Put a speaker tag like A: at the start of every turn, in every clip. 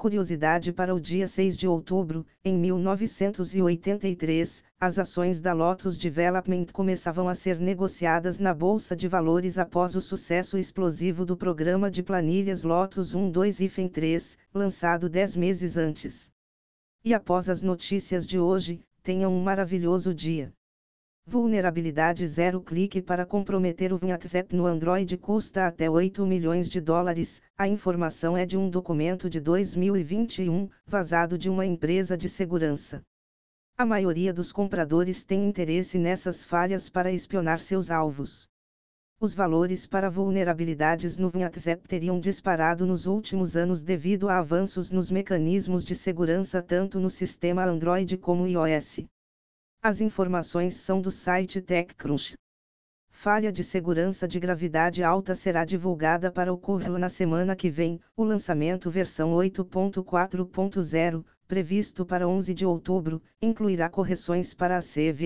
A: Curiosidade para o dia 6 de outubro, em 1983, as ações da Lotus Development começavam a ser negociadas na Bolsa de Valores após o sucesso explosivo do programa de planilhas Lotus 12-3, lançado 10 meses antes. E após as notícias de hoje, tenham um maravilhoso dia. Vulnerabilidade 0 clique para comprometer o WhatsApp no Android custa até 8 milhões de dólares. A informação é de um documento de 2021, vazado de uma empresa de segurança. A maioria dos compradores tem interesse nessas falhas para espionar seus alvos. Os valores para vulnerabilidades no WhatsApp teriam disparado nos últimos anos devido a avanços nos mecanismos de segurança tanto no sistema Android como iOS. As informações são do site TechCrunch. Falha de segurança de gravidade alta será divulgada para o curl na semana que vem. O lançamento versão 8.4.0, previsto para 11 de outubro, incluirá correções para a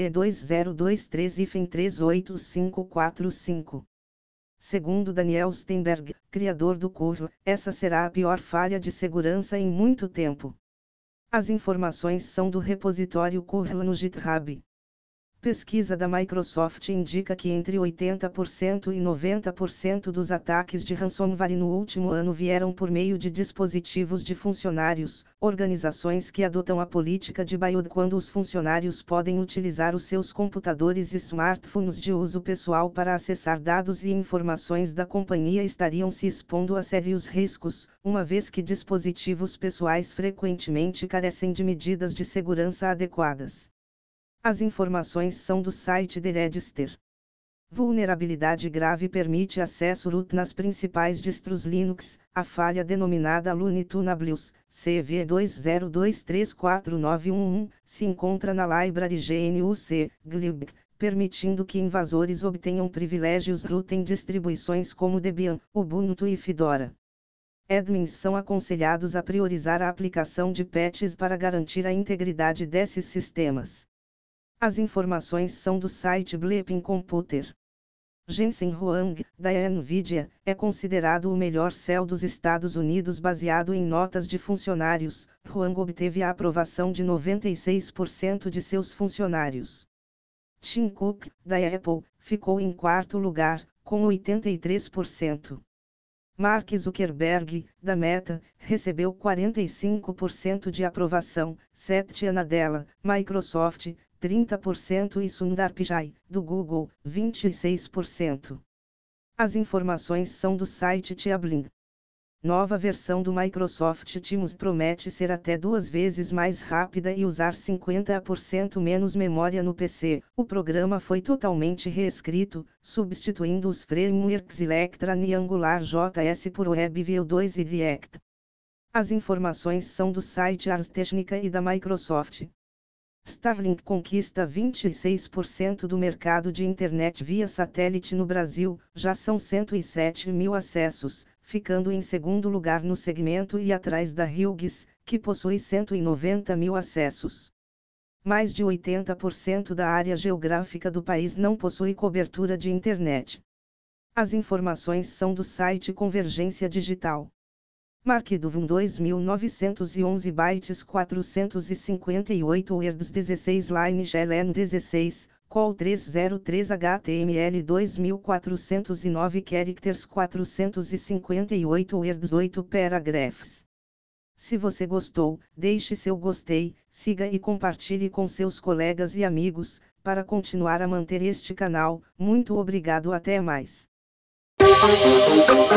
A: CV2023-38545. Segundo Daniel Steinberg, criador do curl, essa será a pior falha de segurança em muito tempo. As informações são do repositório curl no GitHub. Pesquisa da Microsoft indica que entre 80% e 90% dos ataques de ransomware no último ano vieram por meio de dispositivos de funcionários, organizações que adotam a política de buyout quando os funcionários podem utilizar os seus computadores e smartphones de uso pessoal para acessar dados e informações da companhia estariam se expondo a sérios riscos, uma vez que dispositivos pessoais frequentemente carecem de medidas de segurança adequadas. As informações são do site The Register. Vulnerabilidade grave permite acesso root nas principais distros Linux. A falha denominada Looney Tunes CV20234911 se encontra na library GNU-C, glib, permitindo que invasores obtenham privilégios root em distribuições como Debian, Ubuntu e Fedora. Admins são aconselhados a priorizar a aplicação de patches para garantir a integridade desses sistemas. As informações são do site Bleeping Computer. Jensen Huang, da NVIDIA, é considerado o melhor CEO dos Estados Unidos baseado em notas de funcionários. Huang obteve a aprovação de 96% de seus funcionários. Tim Cook, da Apple, ficou em quarto lugar, com 83%. Mark Zuckerberg, da Meta, recebeu 45% de aprovação. Satya Nadella, Microsoft, 30% e Sundar Pichai, do Google, 26%. As informações são do site Teabling. Nova versão do Microsoft Teams promete ser até 2 vezes mais rápida e usar 50% menos memória no PC. O programa foi totalmente reescrito, substituindo os frameworks Electron e AngularJS por WebView 2 e React. As informações são do site Ars Technica e da Microsoft. Starlink conquista 26% do mercado de internet via satélite no Brasil, já são 107 mil acessos, ficando em segundo lugar no segmento e atrás da Hughes, que possui 190 mil acessos. Mais de 80% da área geográfica do país não possui cobertura de internet. As informações são do site Convergência Digital. Markdown 2911 bytes 458 words 16 line GLN 16, call 303 HTML 2409 characters 458 words 8 paragraphs. Se você gostou, deixe seu gostei, siga e compartilhe com seus colegas e amigos, para continuar a manter este canal. Muito obrigado, até mais.